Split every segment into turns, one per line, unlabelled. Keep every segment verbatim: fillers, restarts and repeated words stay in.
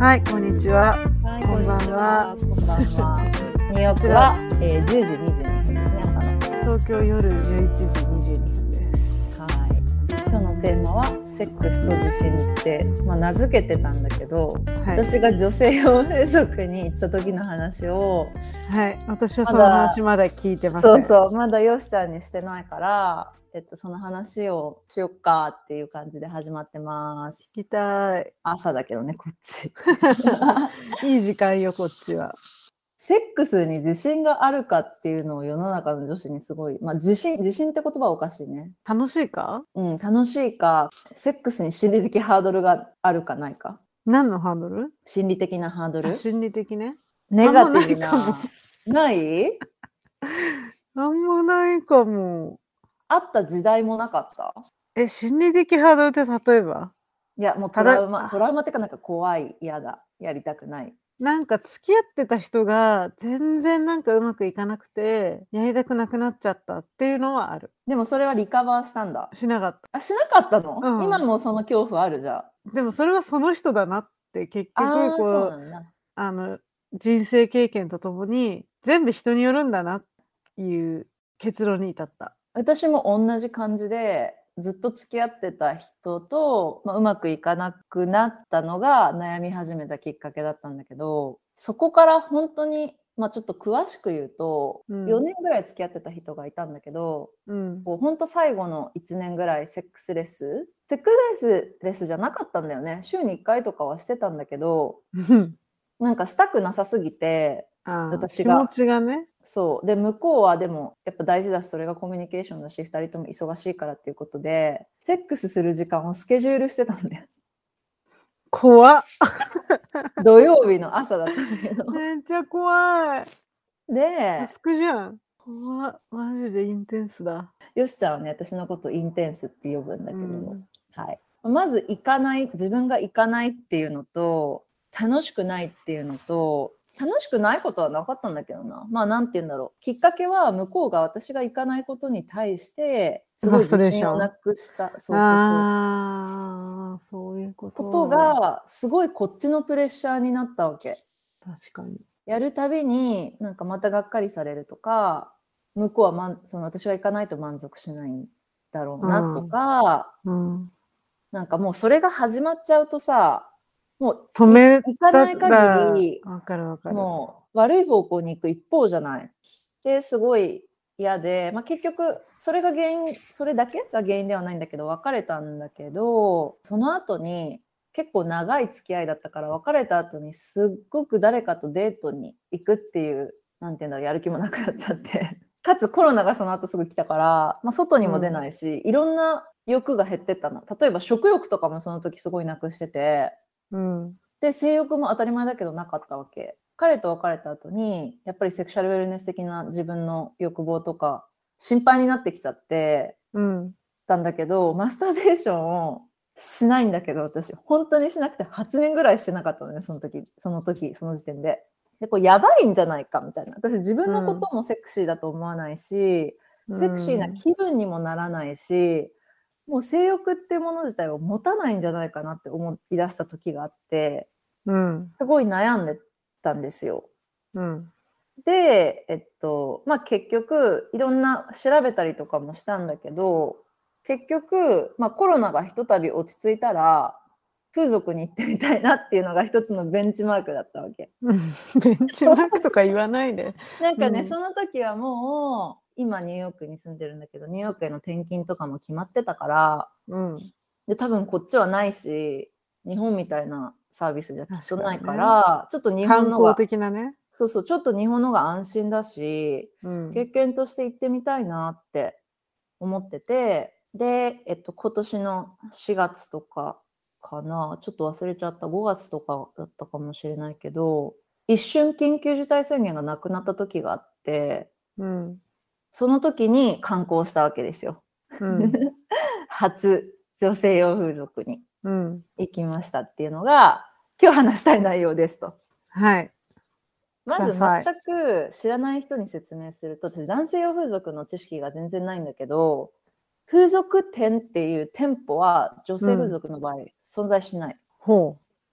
はい、こんにちは。
はい、
こんばんは。
こんばんは。ニューヨークは、えー、じゅうじにじゅうにふんですね、朝の。
東京夜じゅういちじにじゅうにふんです。
はい。今日のテーマはセックスと自信って、まあ、名付けてたんだけど、はい、私が女性用風俗に行った時の話を、
はい、私はその話まだ聞いてません。
そうそう、まだよしちゃんにしてないから、えっと、その話をしよっかっていう感じで始まってます。
聞きたい。
朝だけどね、こっち。
いい時間よ、こっちは。
セックスに自信があるかっていうのを世の中の女子にすごい、まあ、自信、自信って言葉はおかしいね。
楽しいか？
うん、楽しいか、セックスに心理的ハードルがあるかないか。
何のハードル？
心理的なハードル。
心理的ね。
ネガティブな。ない？
あんまないかも。
あった時代もなかった？
え、心理的ハードルって例えば？
いや、もうトラウマ、トラウマってかなんか怖い、嫌だ、やりたくない。
なんか付き合ってた人が全然なんかうまくいかなくて、やりたくなくなっちゃったっていうのはある。
でもそれはリカバーしたんだ。
しなかった。
あ、しなかったの？
うん、
今もその恐怖あるじゃん。
でもそれはその人だなって結局こう、あの人生経験とともに全部人によるんだなっていう結論に至った。
私も同じ感じでずっと付き合ってた人と、まあ、うまくいかなくなったのが悩み始めたきっかけだったんだけど、そこから本当に、まあ、ちょっと詳しく言うと、うん、よねんぐらい付き合ってた人がいたんだけど、うん、こう本当最後のいちねんぐらいセックスレスセックスレスレスじゃなかったんだよね。週にいっかいとかはしてたんだけどなんかしたくなさすぎて、
私が気持ちがね。
そうで、向こうはでもやっぱ大事だし、それがコミュニケーションだし、ふたりとも忙しいからっていうことでセックスする時間をスケジュールしてたんだよ。
怖っ
土曜日の朝だったんだけど
めっちゃ怖い。
で、
タスクじゃん。怖っ、マジでインテンスだ。
よしちゃんはね、私のことインテンスって呼ぶんだけど、うん、はい、まず行かない、自分が行かないっていうのと、楽しくないっていうのと、楽しくないことはなかったんだけどな。まあなんて言うんだろう。きっかけは向こうが私が行かないことに対してすごい自信をなくした。そうそうそう。
ああ、そういうこと。
ことがすごいこっちのプレッシャーになったわけ。
確かに。
やるたびになんかまたがっかりされるとか、向こうは、ま、その私は行かないと満足しないんだろうなとか、うんうん、なんかもうそれが始まっちゃうとさ、もう
止め
行かない限り、
わかるわかる。
もう悪い方向に行く一方じゃない。ですごい嫌で、まあ、結局それが原因、それだけが原因ではないんだけど、別れたんだけど、その後に結構長い付き合いだったから、別れた後にすっごく誰かとデートに行くっていう、なんていうんだろう、やる気もなくなっちゃってかつコロナがその後すぐ来たから、まあ、外にも出ないし、うん、いろんな欲が減ってったの。例えば食欲とかもその時すごいなくしてて、うん、で性欲も当たり前だけどなかったわけ。彼と別れた後にやっぱりセクシャルウェルネス的な自分の欲望とか心配になってきちゃって、うん、たんだけど、マスターベーションをしないんだけど、私本当にしなくてはちねんぐらいしてなかったのね、その時その時その時点で。でこうやばいんじゃないかみたいな。私自分のこともセクシーだと思わないし、うん、セクシーな気分にもならないし、もう性欲っていうもの自体を持たないんじゃないかなって思い出した時があって、うん、すごい悩んでたんですよ。うん、で、えっとまあ、結局いろんな調べたりとかもしたんだけど、結局、まあ、コロナがひとたび落ち着いたら風俗に行ってみたいなっていうのが一つのベンチマークだったわけ。
ベンチマークとか言わないで
なんかね、うん、その時はもう今ニューヨークに住んでるんだけど、ニューヨークへの転勤とかも決まってたから、うん、で多分こっちはないし、日本みたいなサービスじゃきっとないから、ね、ちょっと日本のが
観光的なね、
そうそう、ちょっと日本のが安心だし、うん、経験として行ってみたいなって思ってて、で、えっと、今年のしがつとかかな、ちょっと忘れちゃった、ごがつとかだったかもしれないけど、一瞬緊急事態宣言がなくなった時があって、うん、その時に観光したわけですよ。うん、初女性用風俗に行きましたっていうのが、今日話したい内容ですと。
はい。
まず全く知らない人に説明すると、私男性用風俗の知識が全然ないんだけど、風俗店っていう店舗は女性風俗の場合、うん、存在しない。
ほう。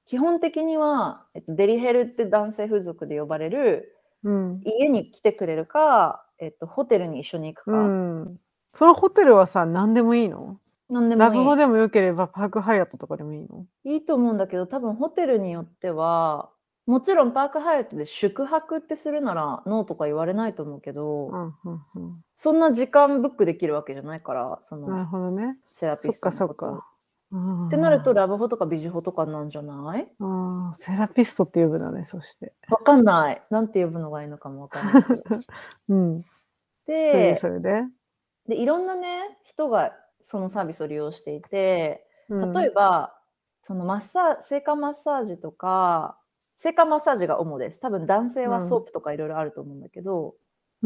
基本的には、えっと、デリヘルって男性風俗で呼ばれる、
うん。
家に来てくれるか、えっと、ホテルに一緒に行く
う
か。
ん。そのホテルはさ、何でもいいの？
なんでもいい。
ラブホでも良ければパークハイアットとかでもいいの？
いいと思うんだけど、多分ホテルによっては、もちろんパークハイアットで宿泊ってするなら、ノーとか言われないと思うけ
う
ど、
ん、ふんふん。
そんな時間ブックできるわけじゃないから、その
なるほどね。
セラピス
そっか
トのことを。
そっか。う
ってなると、
ん。
ラブホとかビジホとかなんじゃない？
ああ、セラピストって呼ぶのね、そして。
わかんない。なんて呼ぶのがいいのかもわかんないけど。
うん。それでそ
で、
れで？
で、いろんなね、人がそのサービスを利用していて、例え
うん。
ば、そのマッサー性感マッサージとか、性感マッサージが主です。多分男性
うん。
はソープとかいろいろあると思うんだけど、
うん。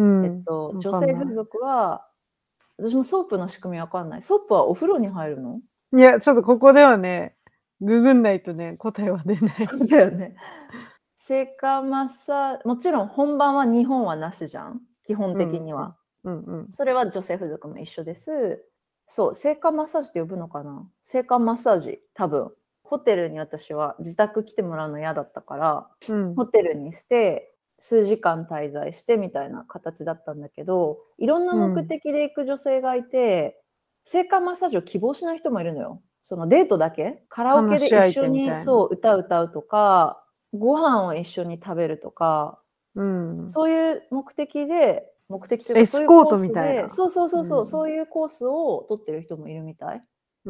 えっと、
わ
女
かんない。
性風俗は、私もソープの仕組みわかんない。ソープはお風呂に入るの？
いや、ちょっとここではね、ググんないとね、答えは出な
そ
い。
うだよね。性感マッサーもちろん本番は日本はなしじゃん、基本
うんうん。
的には。
うんうん。
それは女性風俗も一緒です。そう、性感マッサージって呼ぶのかな？性感マッサージ、多分。ホテルに私は自宅来てもらうの嫌だったから、
うん。
ホテルにして、数時間滞在してみたいな形だったんだけど、いろんな目
うん。
的で行く女性がいて、性感マッサージを希望しない人もいるのよ。そのデートだけ、カラオケで一
話し相手み
緒に
たいな。
そう歌歌うとか、ご飯を一緒に食べるとか、
うん。
そういう目的で目的というか、
エ
そういうコー
スコートみ
スで
たいな。
そうそうそうそう、
うん。
そういうコースを取ってる人もいるみたい。
うん。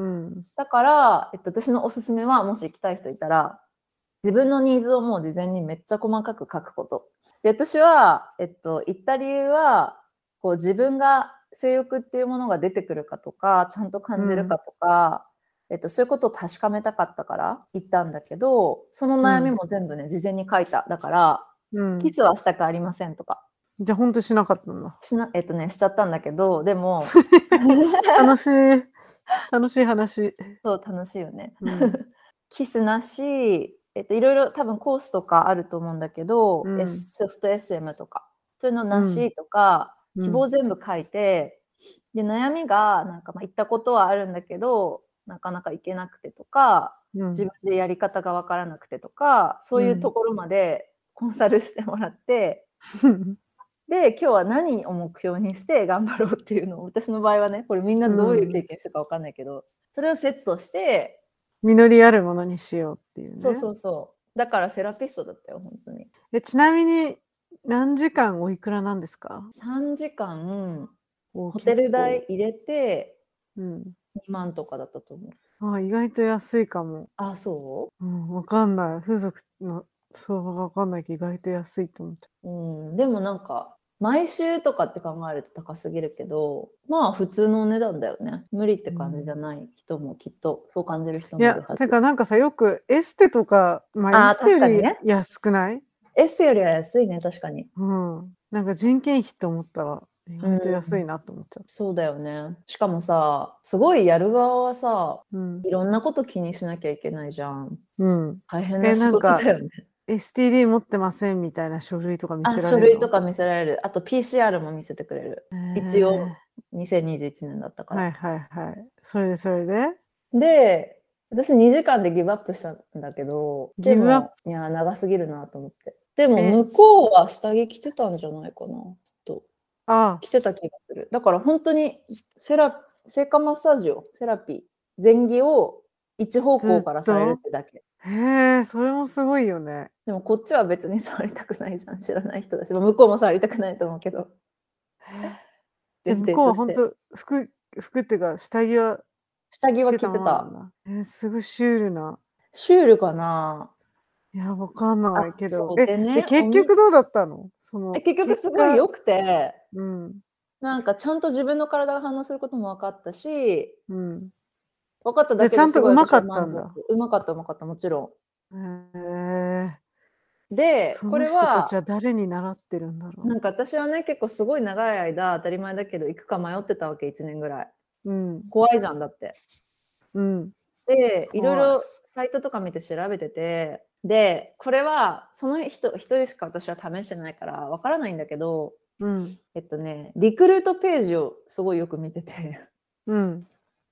だから、えっと、私のおすすめは、もし行きたい人いたら、自分のニーズをもう事前にめっちゃ細かく書くこと。で、私は、えっと、行った理由は、こう自分が性欲っていうものが出てくるかとか、ちゃんと
うん。
感じるかとか、えっと、そういうことを確かめたかったから行ったんだけど、その
うん。
悩みも全部ね、事前に書いた。だから、
うん。
キスはしたくありませんとか。
じゃ、ほんとしなかったんだ。
しなえっとね、しちゃったんだけど、でも
楽しい。楽しい話。
そう、楽しいよね。
うん。
キスなし、えっと、いろいろ多分コースとかあると思うんだけど、エ
うん。
スソフト エスエム とか、そういうの
うん。
なしとか、希望
うん。
全部書いて、で、悩みがなんか、ま、行ったことはあるんだけど、なかなか行けなくてとか、
うん。
自分でやり方が分からなくてとか、そういうと
うん。
ころまでコンサルしてもらってで、今日は何を目標にして頑張ろうっていうのを、私の場合はね、これみんな
う
どういう経
ん。
験したかわかんないけど、それをセットして
実りあるものにしようっていう
そう
ね。
そうそう。だからセラピストだったよ、ほんとに。
え、ちなみに何時間おいくらなんですか？
さんじかん、
お、
ホテル
結構。
代入れて
うん。
にまんとかだったと思う。
あ、意外と安いかも。
あ、そう？
うん、わかんない。風俗の相場がわかんないけど、意外と安いと思っちゃ
うん、でもなんか、毎週とかって考えると高すぎるけど、まあ、普通のお値段だよね。無理って
う。う
感じじゃ
ん。
ない人もきっと、そう感じる人
いや、
もいるはず。
てかなんかさ、よくエステとか、ま、エ
ああ、
ステより
確かにね。
安くない？
エステよりは安いね、確かに。
うん。なんか人件費って思ったら、意
うん、
外と安いなと思っちゃう。
そうだよね。しかもさ、すごいやる側はさ、
うん。
いろんなこと気にしなきゃいけないじゃん。
うん。え、
大変な仕
なんか、
事だよね。
エスティーディー 持ってませんみたいな書類とか見
あ、
せられんの？
書類とか見せられる。あと ピーシーアール も見せてくれる。
へ
一応、
え。
にせんにじゅういちねんだったから。
はいはいはい。それでそれで？
で、私にじかんでギブアップしたんだけど、で
ギブアップ
も、いや、長すぎるなと思って。でも
え、
向こうは下着着てたんじゃないかな、きっと。
ああ、
着てた気がする。だからほんとに、セラ性感マッサージを、セラピー、前戯を一方向
ずっ
からされるっ
と？
てだけ。
へえ、それもすごいよね。
でもこっちは別に触りたくないじゃん、知らない人だし、ま、向こうも触りたくないと思うけど、
へえ。じゃ、
前
向こう
提として。
はほんと、服服ってか、下着は
下着は
つけた
着てた。
ままなんだ。え、すごいシュールな。
シュールかな？
いや、わかん
あ、
ないけど、
そう、
え、で、
でね、お
結
み
局どうだったの？そ
え、
の
結局すごい
結果。
良くて、
うん、
なんかちゃんと自分の体が反応することも分かったし、
うん。
分かった
じゃ、
だけ
ちゃん
ですごい私
と上手か
は満足。
ったんだ。
上手かった上手かった、もちろ
へえ。
ん。で、こ
その
れは
人たちは誰に習ってるんだろ
なんか私はね、結構すごい長い間、当たり前だけど行くか迷ってたわけ、いちねんぐらい。
う。うん、
怖いじゃん、だって。
うん。
で、いろい
怖い。
ろサイトとか見て調べてて、で、これはその人ひとりしか私は試してないからわからないんだけど、
うん、
えっとね、リクルートページをすごいよく見てて、
うん。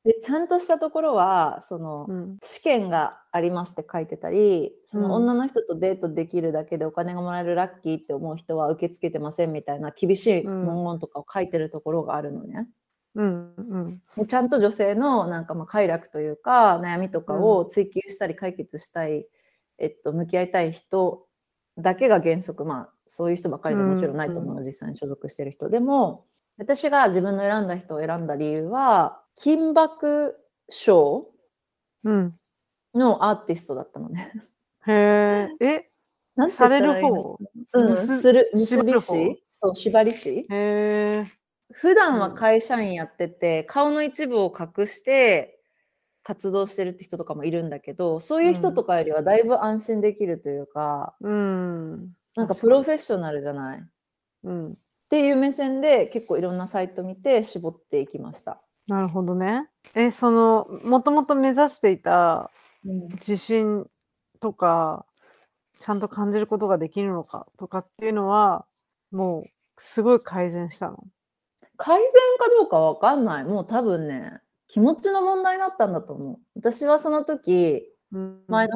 で、ちゃんとしたところは、その、
うん。
試験がありますって書いてたり、その
うん。
女の人とデートできるだけでお金がもらえるラッキーって思う人は受け付けてませんみたいな厳しい
うん。
文言とかを書いてるところがあるのね。
うんうん。
で、ちゃんと女性のなんかまあ快楽というか、悩みとか
うん。
を追求したり解決したい、えっと、向き合いたい人だけが原則、まあ、そういう人ばっかりでもちろんないと思うの、実際に所属してる人。でも、私が自分の選んだ人を選んだ理由は、金箔賞
うん。
のアーティストだったのね。
へえ。え、
なんて言っ
され
たらいいの？
る方？
うん、
むす
する
縛
結び
る方？
師？そう、縛り師？
へえ。
普段は
うん。
会社員やってて、顔の一部を隠して活動してるって人とかもいるんだけど、そういう人と
うん。
かよりはだいぶ安心できるというか、
うーん。
なんかプ
確かに。
ロフェッショナルじゃない。っ
うん。
ていう目線で結構いろんなサイト見て絞っていきました。
なるほどね。え、その、もともと目指していた
うん。
自信とか、ちゃんと感じることができるのかとかっていうのは、もうすごい改善したの？
改善かどうかわかんない。もう多分ね、気持ちの問題だったんだと思う。私はその時、
うん。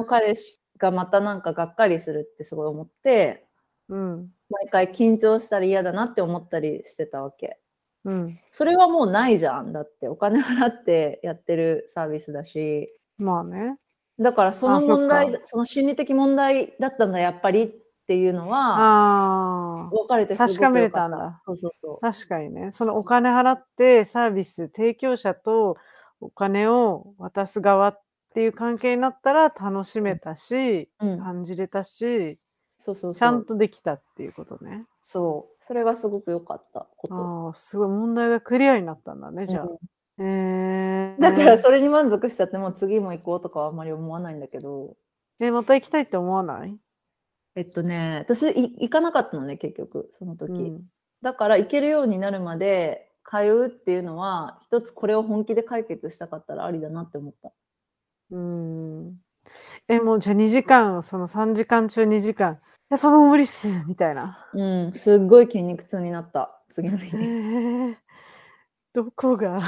前の彼氏がまたなんかがっかりするってすごい思って、
うん。
毎回緊張したり嫌だなって思ったりしてたわけ。
うん。
それはもうないじゃん。だってお金払ってやってるサービスだし。
まあね。
だからその
あ、そっ
問題、
か。
その心理的問題だったんだやっぱりっていうのは、
ああ、
別れてすご
確かめれ
く良かった。
たんだ。
そうそうそう。
確かにね。そのお金払ってサービス提供者とお金を渡す側っていう関係になったら楽しめたし、
うん。うん。
感じれたし、
そうそう
ちゃん
そう。
とできたっていうことね。
そう。それがすごく良かったこと。
ああ、すごい問題がクリアになったんだね、
うん。
じゃあ。へ
だから
え。
それに満足しちゃって、もう次も行こうとかはあんまり思わないんだけど。
え、また行きたいって思わない？
えっとね、私い行かなかったのね、結局、その時。
うん。
だから行けるようになるまで通うっていうのは、一つこれを本気で解決したかったらありだなって思った。
うーん。え、もうじゃあにじかん、そのさんじかん中にじかん、やっぱもう無理っすみたいな。
うん、すっごい筋肉痛になった、次の日
へ
に。
え、どこが？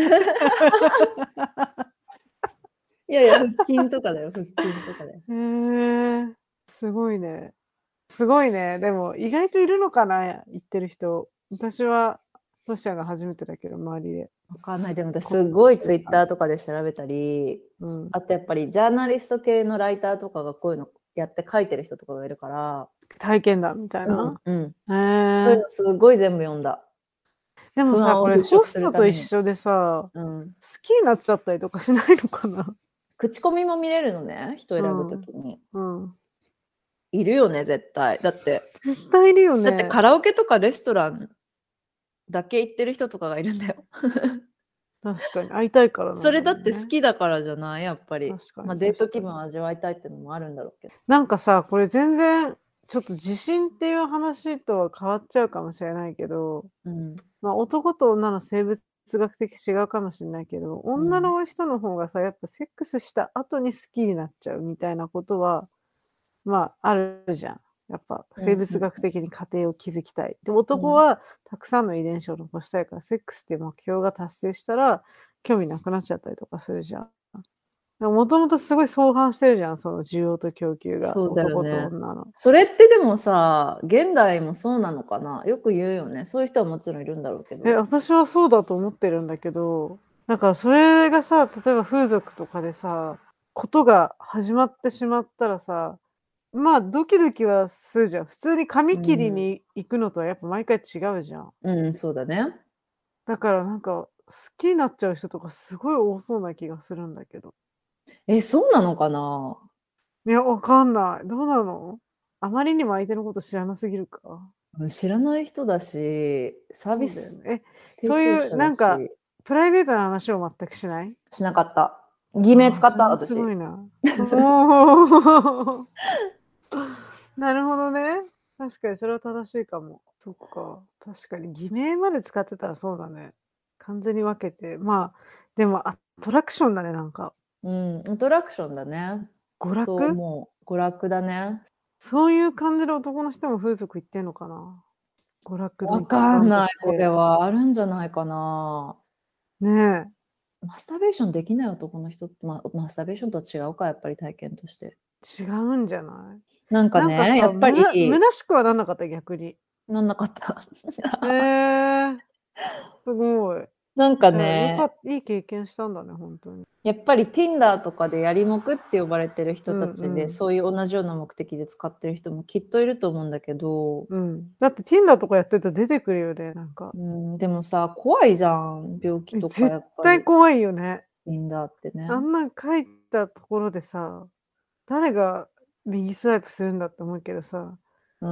いやいや、腹筋とかだよ、腹筋とかだよ。
へえ、すごいね。すごいね。でも意外といるのかな、行ってる人。私はトシちゃんが初めてだけど、周りで。
わかんない。でも私
こ
すごい
してるか。
ツイッターとかで調べたり、
うん。
あとやっぱりジャーナリスト系のライターとかがこういうのやって書いてる人とかがいるから、
体験談みたい
うん
な。
うん。そう
へえ。
いうのすごい全部読んだ。
でもさ、
不安を
これ
払拭す
ホストと
るために。
一緒でさ、
うん。
好きになっちゃったりとかしないのかな？
口コミも見れるのね、人選ぶと
うん。
きに。
うん。
いるよね、絶対。だって
絶対いるよ
だって
ね。
カラオケとかレストランだけ行ってる人とかがいるんだよ。
確かに、会いたいからなんだ
それだって好
もんね。
きだからじゃない？やっぱり。
確か
ま、
に
デート
確かに。
気分を味わいたいっていうのもあるんだろうけど。
なんかさ、これ全然ちょっと自信っていう話とは変わっちゃうかもしれないけど、
うん。
ま、男と女の生物学的違うかもしんないけど、
うん。
女の人の方がさ、やっぱセックスした後に好きになっちゃうみたいなことは、まあ、あるじゃん。やっぱ
うん
生物
うんうん。
学的に家庭を築きたい。で、
うん。
男はたくさんの遺伝子を残したいから、セックスっていう目標が達成したら、興味なくなっちゃったりとかするじゃん。もともとすごい相反してるじゃん、その需要と供給が、
そうだよ
男と
ね。
女の。
それってでもさ、現代もそうなのかな？よく言うよね。そういう人はもちろんいるんだろうけ
え、
ど。
私はそうだと思ってるんだけど、なんかそれがさ、例えば風俗とかでさ、ことが始まってしまったらさ、まあ、ドキドキはするじゃん。普通に髪切り
うん。
に行くのとはやっぱ毎回違うじゃん。
うん、そうだね。
だからなんか、好きになっちゃう人とかすごい多そうな気がするんだけど。
え、そうなのかな？
いや、わかんない。どうなの？あまりにも相手のこと知らなすぎるか？
うん、知らない人だし、サービス
そうだよね。え、
提
そういう
供者だ
なんか、
し、
プライベートな話を全くしない？
しなかった。偽名
ああ、
使った、
それもすご
私。
いな。おお。なるほどね。確かにそれは正しいかも。そっか、確かに偽名まで使ってたらそうだね。完全に分けて、まあ、でもアトラクションだね、なんか。
うん、アトラクションだね。そう
娯楽？
思う。娯楽だね。
そういう感じで男の人も風俗行ってんのかな？娯楽の
わ
一環と
かんない、これ
して。
はあるんじゃないかな。
ねえ。
マスターベーションできない男の人って、まマスターベーションとは違うか、やっぱり体験として。
違うんじゃない？
なんかね、や
なんかさ、
っぱり
むな虚しくはなんなかった？逆に。
なんなかった。
へえ、すごい。
なんか
じゃあ、よか
ね、
っいい経験したんだね、ほんとに。
やっぱり Tinder とかでやりもくって呼ばれてる
う
人たちで、
んうん。
そういう同じような目的で使ってる人もきっといると思うんだけど、
うん。だって Tinder とかやってると出てくるよね、なんか。
うん、でもさ、怖いじゃん、病気
え、
とかや
絶
っぱり、
対怖いよね。
Tinder ってね。
あんなん書いたところでさ、誰が右スワイプするんだって思うけどさ、
うん、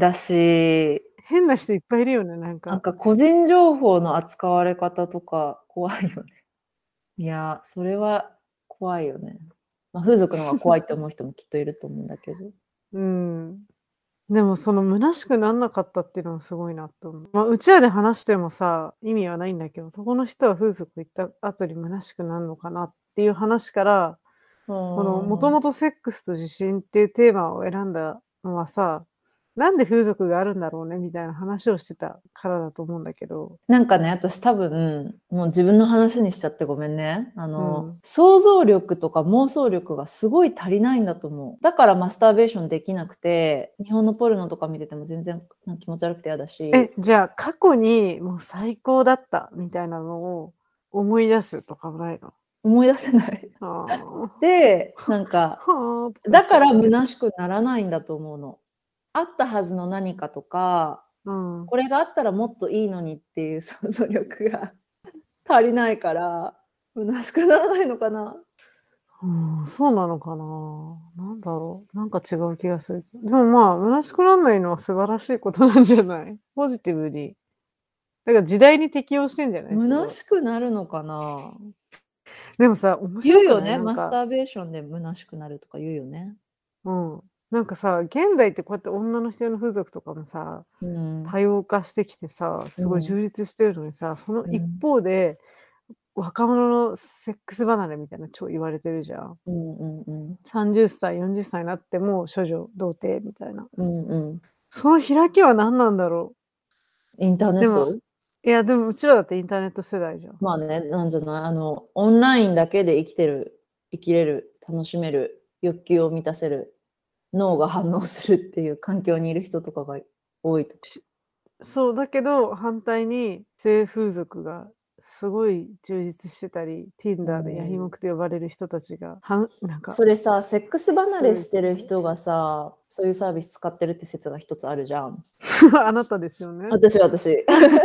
だし、
変な人いっぱいいるよね、なんか。
なんか個人情報の扱われ方とか怖いよね。いや、それは怖いよね。ま、風俗の方が怖いって思う人もきっといると思うんだけど。
うん。でもその虚しくなんなかったっていうのはすごいなって思う。ま、うちわで話してもさ、意味はないんだけど、そこの人は風俗行った後に虚しくなんのかなっていう話から、
う
このも
ーん。
ともとセックスと自信っていうテーマを選んだのはさ、なんで風俗があるんだろうねみたいな話をしてたからだと思うんだけど。
なんかね、私多分、もう自分の話にしちゃってごめんね。あの、
うん。
想像力とか妄想力がすごい足りないんだと思う。だからマスターベーションできなくて、日本のポルノとか見てても全然、なん、気持ち悪くて嫌だし。
え、じゃあ過去にもう最高だったみたいなのを思い出すとかないの？
思い出せない。
ああ。
で、なんか、
はあってなっ
だから
ちゃうね。
虚しくならないんだと思うの。あったはずの何かとか、
うん。
これがあったらもっといいのにっていう想像力が足りないから、虚しくならないのかな。
うん、そうなのかな。なんだろう、なんか違う気がする。でもまあ、虚しくなんないのは素晴らしいことなんじゃない？ポジティブに。だから時代に適応してんじゃない？すごい。
虚しくなるのかな。
でもさ、面白くない？
言うよね、
なんか、
マスターベーションで虚しくなるとか言うよね。
うん。なんかさ、現代ってこうやって女の人用の風俗とかもさ、
うん、
多様化してきてさ、
うん、
すごい充実してるのにさ、その一
うん、
方で、若者のセックス離れみたいな超言われてるじゃん。
うんうんうん、
さんじゅっさい、よんじゅっさいになっても処女童貞みたいな。
うんうん。
その開きは何なんだろ
インターネ
う。でも、
ット？
いや、でもうちらだってインターネット世代じゃん。
まあね、なんじゃない、あの、オンラインだけで生きてる、生きれる、楽しめる、欲求を満たせる、脳が反応するっていう環境にいる人とかが多いとか。
そう、だけど、反対に性風俗がすごい充実してたり、
う
Tinder でヤヒモ
ん。
クと呼ばれる人たちが、はんなんか、
それさ、セックス離れ
強い
してる
国で。
人がさ、そういうサービス使ってるって説が一つあるじゃん。
あなたですよね。
私私。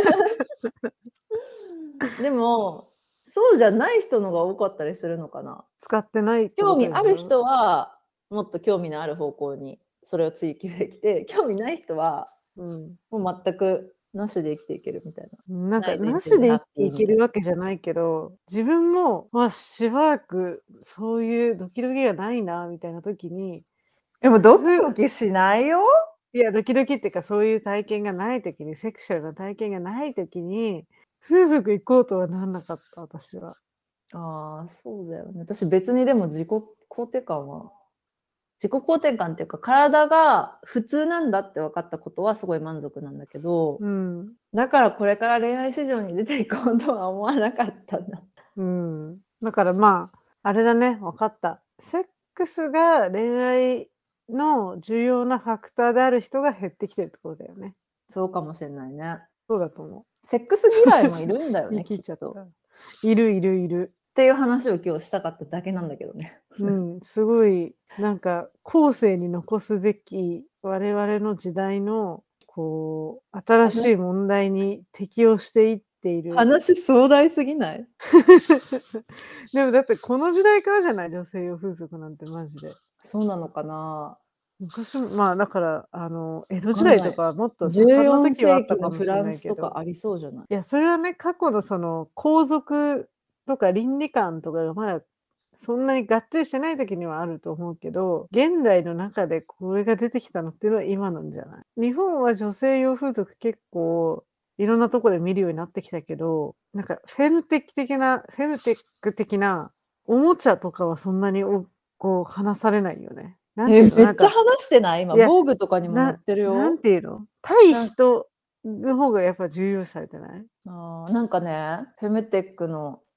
でも、そうじゃない人のが多かったりするのかな。
使ってないってこ
興味
とでしょ？
ある人は、もっと興味のある方向にそれを追求できて、興味ない人は、
うん。
もう全くなしで生きていけるみたいな。
なんか、
ない前
なし
提でハッ
で生きてい
ピーみたいな。
けるわけじゃないけど、自分も、ま、しばらくそういうドキドキがないなみたいな時に、
でもドキド
ふ
キしないよ。
いや、ドキドキっていうか、そういう体験がない時に、セクシャルな体験がない時に、風俗行こうとはなんなかった、私は。
ああ、そうだよね。私別にでも自己肯定感は自己肯定感っていうか、体が普通なんだって分かったことはすごい満足なんだけど、
うん。
だからこれから恋愛市場に出ていこうとは思わなかったな。
うん。だからまあ、あれだね、分かった。セックスが恋愛の重要なファクターである人が減ってきてるってことだよね。
そうかもしれないね。
そうだと思う。
セックス嫌いもいるんだよ
言い
ね、
切っちゃっ
きっと。
た。いるいるいる。
っていう話を今日したかっただけなんだけどね。
うん、すごい、なんか後世に残すべき我々の時代の、こう、新しい
話
問題に適応していっている。
話壮大すぎない？
でもだってこの時代からじゃない、女性用風俗なんてマジで。
そうなのかな？
昔もまあ、だから、あの、江戸時
わかんない。
代とかはもっと盛んな
14
時はあっ
世紀の
たかもしれ
フランス
ないけど。
とかありそうじゃない？
いや、それはね、過去のその皇族とか倫理観とかがまだそんなにがっつりしてない時にはあると思うけど、現代の中でこれが出てきたのっていうのは今なんじゃない？日本は女性用風俗結構いろんなとこで見るようになってきたけど、なんかフェムテック的なフェムテック的なおもちゃとかはそんなにおこう話されないよね。なんて
え、
いうの、
めっちゃ
なんか、
話してない？今、
いや、
防具とかにも載っ
な
てる
なん
よ。
ていうの、対
なん
人の方がやっぱ重要視されてない？
あーなんかね、フェムテックの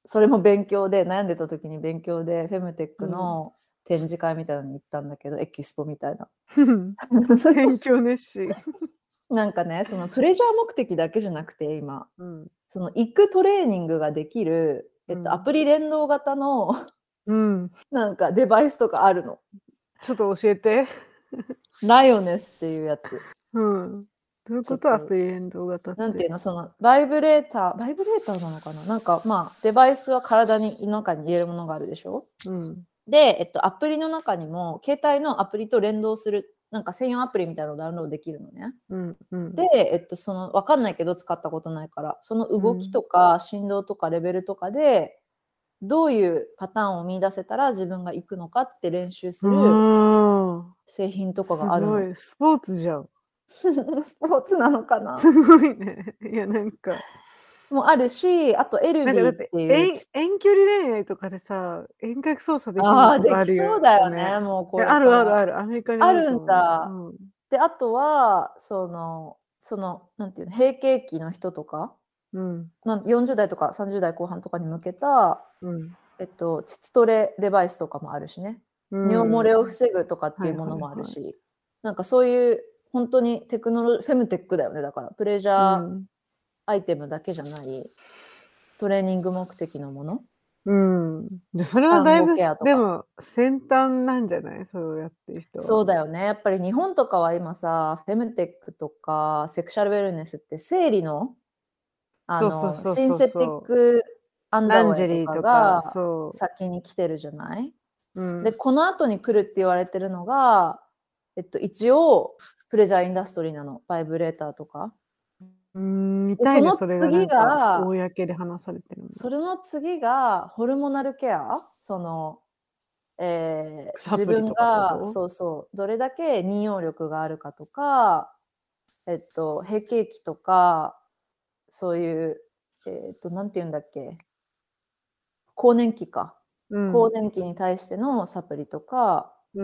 それも勉強で、悩んでた時に勉強でフェムテック
うん。
の展示会みたいなのに行ったんだけど、エキスポみたいな。
勉強熱心。
なんかね、そのプレジャー目的だけじゃなくて、今、
うん。
その行くトレーニングができる、えっと、ア
うん。
プリ連動型の
うん。
なんかデバイスとかあるの。
ちょっと教えて。
ライオネスっていうやつ。
うん。どういうこと？ア
ちょっと、
プリ連動型って。
なんていうの、そのバイブレーターバイブレーターなのかな？なんか、まあ、デバイスは体に中に入れるものがあるでしょ？
うん。
で、えっと、アプリの中にも携帯のアプリと連動する、なんか専用アプリみたいなのをダウンロードできるのね。
うんう
で、
ん。
えっと、その分かんないけど使ったことないから、その動き
うん。
とか振動とかレベルとかで、どういうパターンを見出せたら自分が行くのかって練習する
ああ。
製品とか
す
があるの。
ごい、スポーツじゃん。
スポーツなのかな？
すごいね。いや、なんか
もあるし、あとエルビーっ
なんかだって、
ていうち
えん遠距離恋愛とかでさ、遠隔操作できんの
ああ、
とか
でき
あるよ
そうだよ
ね。
ね、もう
いや、あ
これから。
るあるある。アメリカにあ
あるん
ると思
だ。
う。うん。
で、あとは、そのその、なんていうの、閉経期の人とか、
うん。
なんよんじゅう代とかさんじゅう代後半とかに向けた、
うん。
えっと、膣トレデバイスとかもあるしね。
う
尿漏れを
ん。
防ぐとかって
はい
いうものもある
はいはい。
し、なんかそういうほんとにテクノロフェムテックだよね、だから。プレジャー
うん。
アイテムだけじゃない、トレーニング目的のもの。
うん。で、それは
産後
だいぶ、す
ケアとか。
でも先端なんじゃない？そうやってる人は。
そうだよね。やっぱり日本とかは今さ、フェムテックとかセクシャルウェルネスって生理の、あ
そうそう
の、
そうそう
シンセティッ
そう。
クアンダ
ランジェ
ーウェアとか
リーとか、
が
そう。
先に来てるじゃない？で、
うん。
この後に来るって言われてるのが、えっと、一応プレジャーインダストリーなの、バイブレーターとか。
うーん、見
で、
たいね、
その
それがな
次
んか、
が
公で話されてるの。
それの次がホルモナルケア、その、ええ、
サ
自分
プリとかってこと？
がそうそう、どれだけ妊用力があるかとか、えっと、閉経期とか、そういう、えっと、なんて言うんだっけ、更年期か。
うん。
更年期に対してのサプリとか、
うん。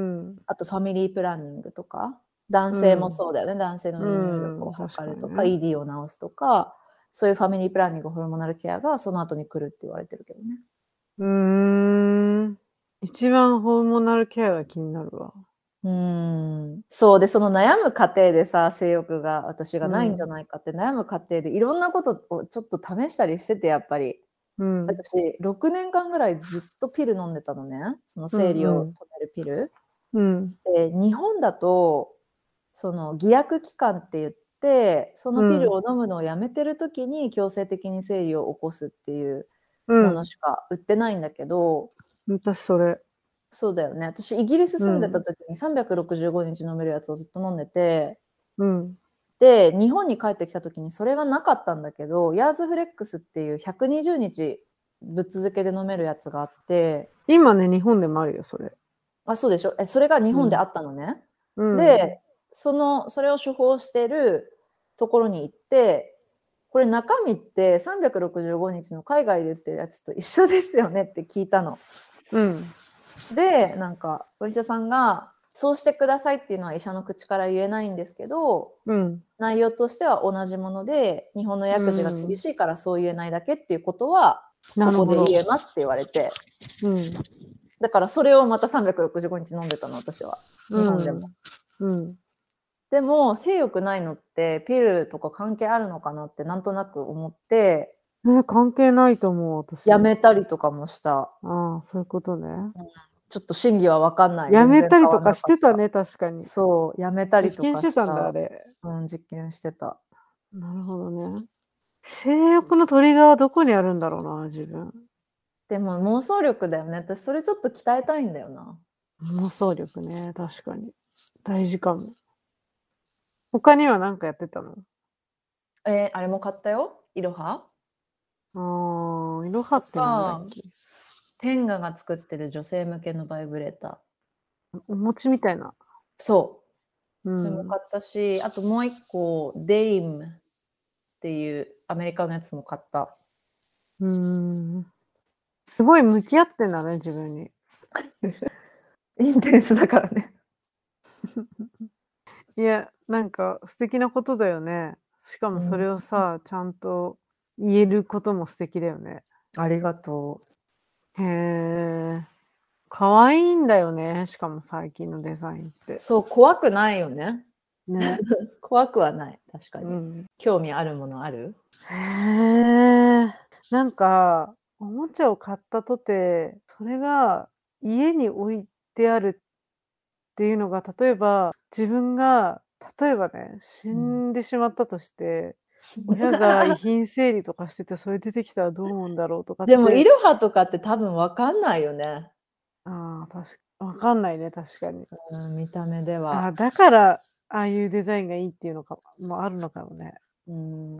あとファミリープランニングとか、男性も
うん。
そうだよね、男性の
う
妊用力を
ん、確
測るとか、
かにね。
イーディー を治すとか、そういうファミリープランニング、ホルモナルケアがその後に来るって言われてるけどね。
うーん。一番ホルモナルケアが気になるわ。
うーん、そう、で、その悩む過程でさ、性欲が私がないんじゃ
うん。
ないかって悩む過程でいろんなことをちょっと試したりしてて、やっぱり。
うん。
私、ろくねんかんぐらいずっとピル飲んでたのね。その
うん
生理を
うん。
止めるピル。
うん。
で、日本だと、その偽薬期間って言って、そのピル
うん。
を飲むのをやめてる時に強制的に生理を起こすっていう
うん。
ものしか売ってないんだけど、
私それ。
そうだよね。私イギリス住んでた
うん。
時にさんびゃくろくじゅうごにち飲めるやつをずっと飲んでて、
うん。
で、日本に帰ってきた時にそれがなかったんだけど、ヤーズフレックスっていうひゃくにじゅうにちぶっ続けで飲めるやつがあって、
今ね、日本でもあるよ、それ。
あ、そうでしょ。え、それが日
うん。
本であったのね。
うん。
で、そのそれを処方してるところに行って、これ中身ってさんびゃくろくじゅうごにちの海外で売ってるやつと一緒ですよねって聞いたの。
うん。
で、なんかお医者さんが、そうしてくださいっていうのは医者の口から言えないんですけど、
うん。
内容としては同じもので、日本の
う
薬事が厳
ん。
しいからそう言えないだけっていうことは、ここで
なるほど。
言えますって言われて、
うん。
だからそれをまたさんびゃくろくじゅうごにち飲んでたの、私は。日本でも。
うん。うん。
でも、性欲ないのってピルとか関係あるのかなってなんとなく思って、
え、関係ないと思う、
や
私。
めたりとかもした。
ああ、そういうことね。
うん、ちょっと真偽は分かんない。
や
全
めたりとか
然変わんなかった。
してたね、確かに。
そう、やめたり
実
とか
験してたんだ、あ
した。
れ。
うん、実験してた。
なるほどね。性欲のトリガーはどこにあるんだろうな、自分。
でも妄想力だよね。私それちょっと鍛えたいんだよな。
妄想力ね、確かに。大事かも。他には何かやってたの？
えー、あれも買ったよ。いろは
ああ、いろは
と
ってなんだっ
か、
け？
テンガが作ってる女性向けのバイブレーター。
お餅みたいな。
そう。
うん。
それも買ったし、あともう一個、デイムっていうアメリカのやつも買った。
うーん。すごい向き合ってんだね、自分に。
インテンスだからね。
いや、なんか素敵なことだよね。しか
うん。
もそれをさ、ちゃんと言えることも素敵だよね。
ありがと
へえ。可愛いんだよね、しかも最近のデザインっ
う。
て。
そう、怖くないよね。
ね。
怖くはない、確かに。
うん。
興味あるものある？
へえ。なんか、おもちゃを買ったとて、それが家に置いてあるっていうのが、例えば、自分が、例えばね、死
うん。
んでしまったとして、親が遺品整理とかしてて、それ出てきたらどう思うんだろうとかっ
でも、イ
て。
ロハとかって多分わかんないよね。
ああ、たしわかんないね、確かに。
うん、見た目では。
ああ、だから、ああいうデザインがいいっていうのかもあるのかもね。
うん。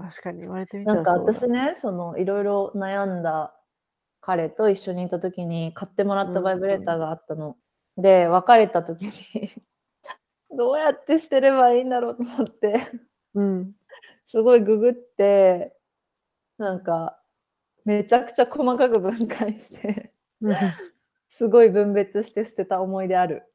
確かに言われてみ
なんか
たらそうだ。
私ね、そのいろいろ悩んだ彼と一緒にいた時に買ってもら
う
ったバイブレーター
ん。
があったの。で、別れた時にどうやって捨てればいいんだろうと思って、
うん。
すごいググって、なんかめちゃくちゃ細かく分解して、
うんふん。
すごい分別して捨てた思い出ある。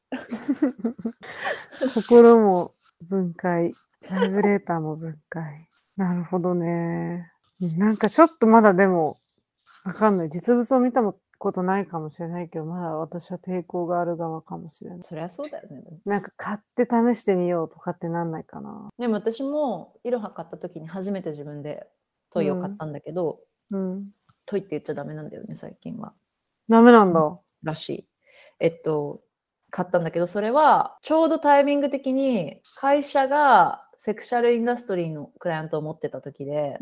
心も分解、バイブレーターも分解。なるほどね。うん、なんかちょっとまだでも、わかんない。実物を見たもことないかもしれないけど、まだ私は抵抗がある側かもしれない。
そりゃそうだよね。
なんか買って試してみようとかってなんないかな。
でも私もイロハ買った時に初めて自分でト
うん。
イを買ったんだけど、
うん。
トイって言っちゃダメなんだよね、最近は。
ダメなん
うん。
だ。
らしい。えっと、買ったんだけど、それはちょうどタイミング的に会社がセクシャルインダストリーのクライアントを持ってた時で、
うん。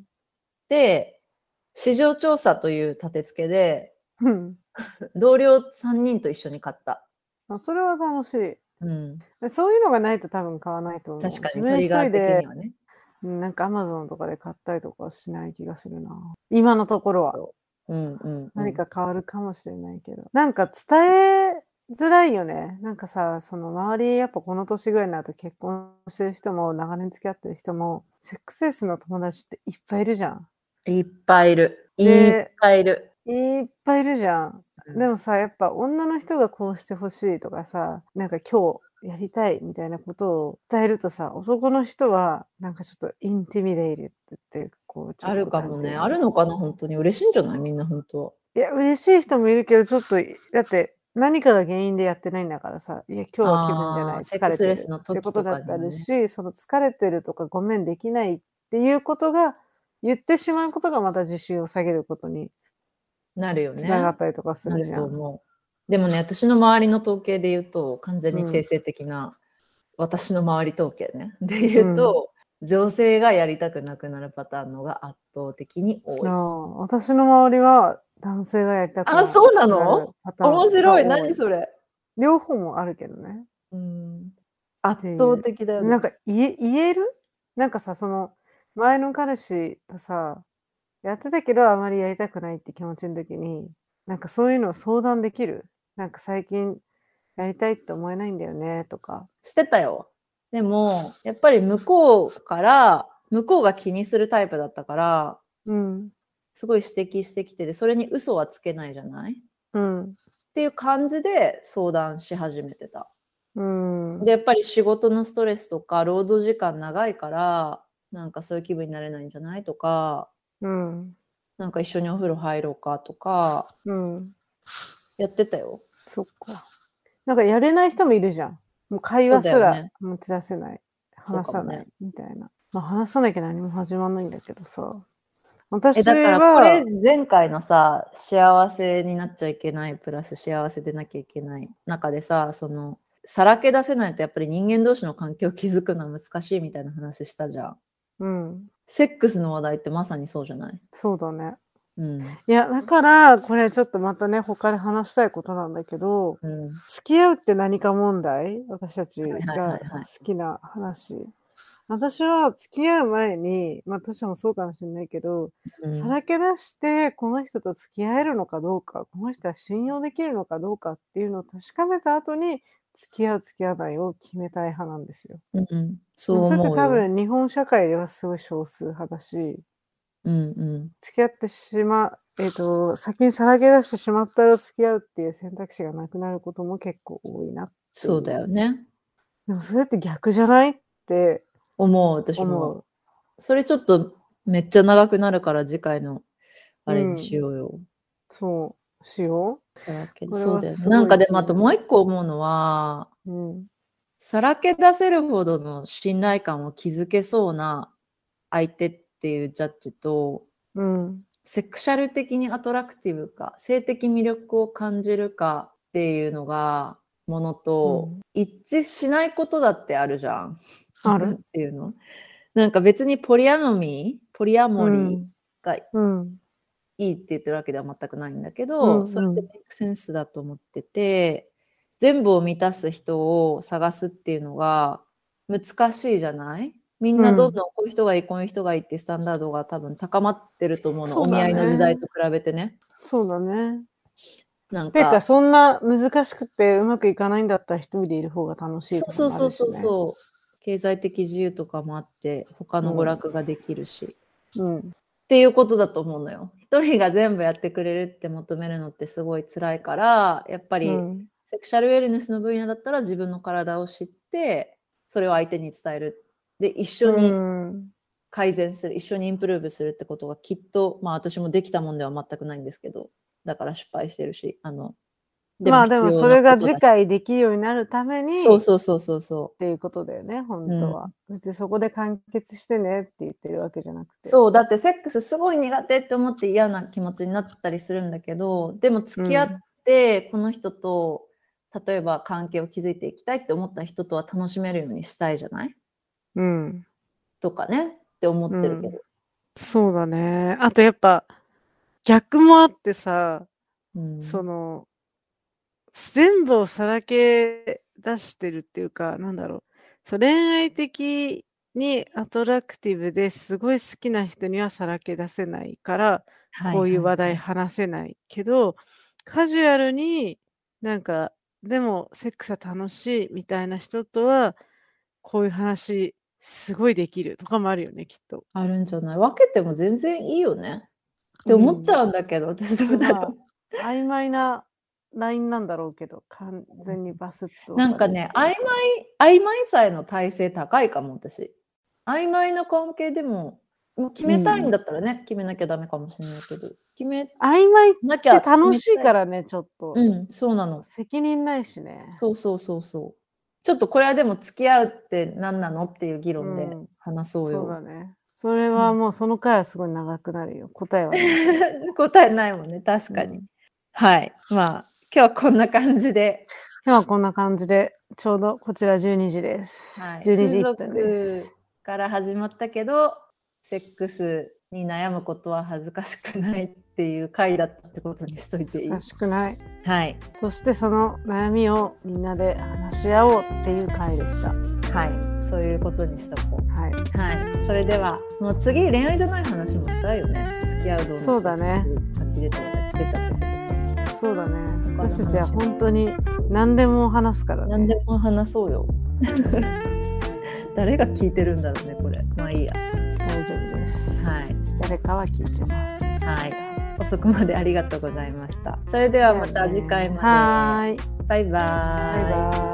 で、市場調査という立て付けで、
ふん。
同僚さんにんと一緒に買った。
あ、それは楽しい。
うん。
で、そういうのがないと多分買わないと思う。
確か
自分一
にトリガー
人で、
的にはね。
うん、なんかアマゾンとかで買ったりとかはしない気がするな。今のところは。
そう。うんうんうん。
何か変わるかもしれないけど。なんか伝えづらいよね。なんかさ、その周りやっぱこの年ぐらいになると結婚してる人も長年付き合ってる人も、セックスレスの友達っていっぱいいるじゃん。
いっぱいいる。いっ
で、
ぱいいる。
いっぱいいるじゃん。
うん。
でもさ、やっぱ女の人がこうして欲しいとかさ、なんか今日やりたいみたいなことを伝えるとさ、男の人はなんかちょっとインティミデイルって言って、こうちょ
ある
っと
かもね。
なんていうの。
あるのかな、ほんとに。嬉しいんじゃない？みんなほんと。
いや、嬉しい人もいるけど、ちょっと、だって何かが原因でやってないんだからさ、いや、今日は気分じゃな
ああ、
い、
セックスレス
疲れてる
の時と
ってことだっ
かにもね。
てあるし、その疲れてるとかごめんできないっていうことが、言ってしまうことがまた自信を下げることに
なるよ
繋が
ね。
ったりとかす
なる
るじゃん。
と思う。でもね、私の周りの統計で言うと、完全
うん。
に定性的な、私の周り統計ね。で
うん。
言うと、女性がやりたくなくなるパターンのが圧倒的に多い。
ああ、私の周りは男性がやりたく
あ、
な
そうな
なる
の？
パターンが
面白い、
多い。
何それ。
両方もあるけどね。
うーん。
って
圧倒
いう。
的だよね。
なんか、言え言える？なんかさ、その、前の彼氏とさ、やってたけど、あまりやりたくないって気持ちの時に、なんかそういうのを相談できる？なんか最近やりたいって思えないんだよねとか。
してたよ。でも、やっぱり向こうから向こうが気にするタイプだったから、
うん。
すごい指摘してきてて、それに嘘はつけないじゃない？っ
うん。
ていう感じで相談し始めてた。
うーん。
で、やっぱり仕事のストレスとか、労働時間長いから、なんかそういう気分になれないんじゃないとか、
うん。
なんか一緒にお風呂入ろうかとか、
うん。
やってたよ。
そっか。なんかやれない人もいるじゃん。もう会
そう
話すら
だよね。
持ち出せない、
そうかもね。
話さないみたいな。ま、話さなきゃ何も始まんないんだけどさ。
え、
私
だからこれ、
は
前回のさ、幸せになっちゃいけないプラス幸せでなきゃいけない中でさ、その、さらけ出せないとやっぱり人間同士の関係を築くのは難しいみたいな話したじゃん。
うん。
セックスの話題ってまさにそうじゃない？
そうだね。
うん。
いや、だから、これちょっとまたね、他で話したいことなんだけど、
うん。
付き合うって何か問題、私たち
はいはいは
が
いはい。
好きな話。私は付き合う前に、ま、トシもそうかもしんないけど、
うん。
さらけ出して、この人と付き合えるのかどうか、この人は信用できるのかどうかっていうのを確かめた後に、付き合う付き合わないを決めたい派なんですよ。
うんうん。そう
でもそれって
思うよ。
多分日本社会ではすごい少数派だし、
うんうん。
付き合ってしまえっと、先にさらけ出してしまったら付き合うっていう選択肢がなくなることも結構多いなって
そうだ
いう。
よね。
でもそれって逆じゃないって
思う、私も。
思う。
それちょっとめっちゃ長くなるから次回のあれにしようよ。
そうしよ
さらけ
これ
そうだよね。
はすごい
なんかでもあと
気になる
もう一個思うのは、
う。うん。
さらけ出せるほどの信頼感を築けそうな相手っていうジャッジと、
うん。
セクシャル的にアトラクティブか、性的魅力を感じるかっていうのが、ものと
うん
一致しないことだってあるじゃん。
ある
なんていうの？なんか別にポリアノミー、ポリア
う
モリー
ん。
がい
うん。
いって言ってるわけでは全くないんだけ
う
ど、
ん。
それで
うん。
メイクセンスだと思ってて、全部を満たす人を探すっていうのが難しいじゃない？みん
うん。
などんどんこういう人がいい、こういう人がいいってスタンダードが多分高まってると思うの。
そうだ
お見合いの時代
ね。
と比べてね。
そうだね。てか、
なんか、
そんな難しくてうまくいかないんだったら一人でいる方が楽しい
そう
とかもあ
そうそうそう
るしね。
そう。経済的自由とかもあって、他の娯
うん。
楽ができるし。
うん。
っていうことだと思うのよ。一人が全部やってくれるって求めるのってすごい辛いから、やっぱり
うん。
セクシャルウェルネスの分野だったら自分の体を知って、それを相手に伝える。で、一緒
う
に
ん。
改善する、一緒にインプルーブするってことがきっと、まあ私もできたもんでは全くないんですけど、だから失敗してるし、あの、でも
まあ、で
必要
もそれが
なことだし。
次回できるようになるため
そう
に
そうそうそうそ
っていうことだよね、ほ
う。うん。
んとは。別にそこで完結してねって言ってるわけじゃなくて。
そう、だってセックスすごい苦手って思って嫌な気持ちになったりするんだけど、でも
う
付き合っ
ん。
て、この人と例えば関係を築いていきたいって思った人とは楽しめるようにしたいじゃない？
うん。
とかね、って思
うん。
ってるけど。
そうだね。あとやっぱ、逆もあってさ、
うん。
その、全部をさらけ出してるっていうか、なんだろう、そう恋愛的にアトラクティブですごい好きな人にはさらけ出せないから、
はい
こういう話題
はいはい。
話せないけど、カジュアルになんか、でもセックスは楽しいみたいな人とは、こういう話すごいできるとかもあるよね、きっと。
あるんじゃない？分けても全然いいよねって思っち
うん。
ゃうんだけど、私どうだろ
まあ、曖昧なラインなんだろうけど、完
う。
全にバスッと分かれるっ
なんかね、曖昧
ていうか。
曖昧さへの耐性高いかも、私。曖昧な関係でも、もう決めたいん
うん。
だったらね、決めなきゃダメかもしれないけど、決め
曖昧って
なきゃ決
楽しい
めたい。
からね、ちょっと。
うん、そうなの。
責任ないしね。
そうそうそうそう。ちょっとこれはでも付き合うって何なのっていう議論で
うん。
話そう
そう
よ。
だね。それ
うん。
はもうその回はすごい長くなるよ。答えはないけど。
答えないもんね、確かに。
うん。
はい。まあ、今日はこんな感じで。
今日はこんな感じで、ちょうどこちらじゅうにじです。
はい。
じゅうにじ
風
いっぷんで
俗
す。
から始まったけど、セックスに悩むことは恥ずかしくないっていう回だったってことにしといていい？
難しくない。
はい。
そしてその悩みをみんなで話し合おうっていう回でした。
はい。そういうことにしとこう。
はい。
はい。それでは、もう次恋愛じゃない話もしたいよね。付き合うどうの
そうだね。
さっき出た出ちゃったけどさ。
そうだね。
他の
私たちは
話も
本当に何でも話すからね。
何でも話そうよ。誰が聞いてるんだろうね、これ。まあいいや。
大丈夫です。
はい。
誰かは聞いてます。
はい。遅くまでありがとうございました。それではまた次回まで。
はーい。
バイバ
バイ
ーイ。
バーイ。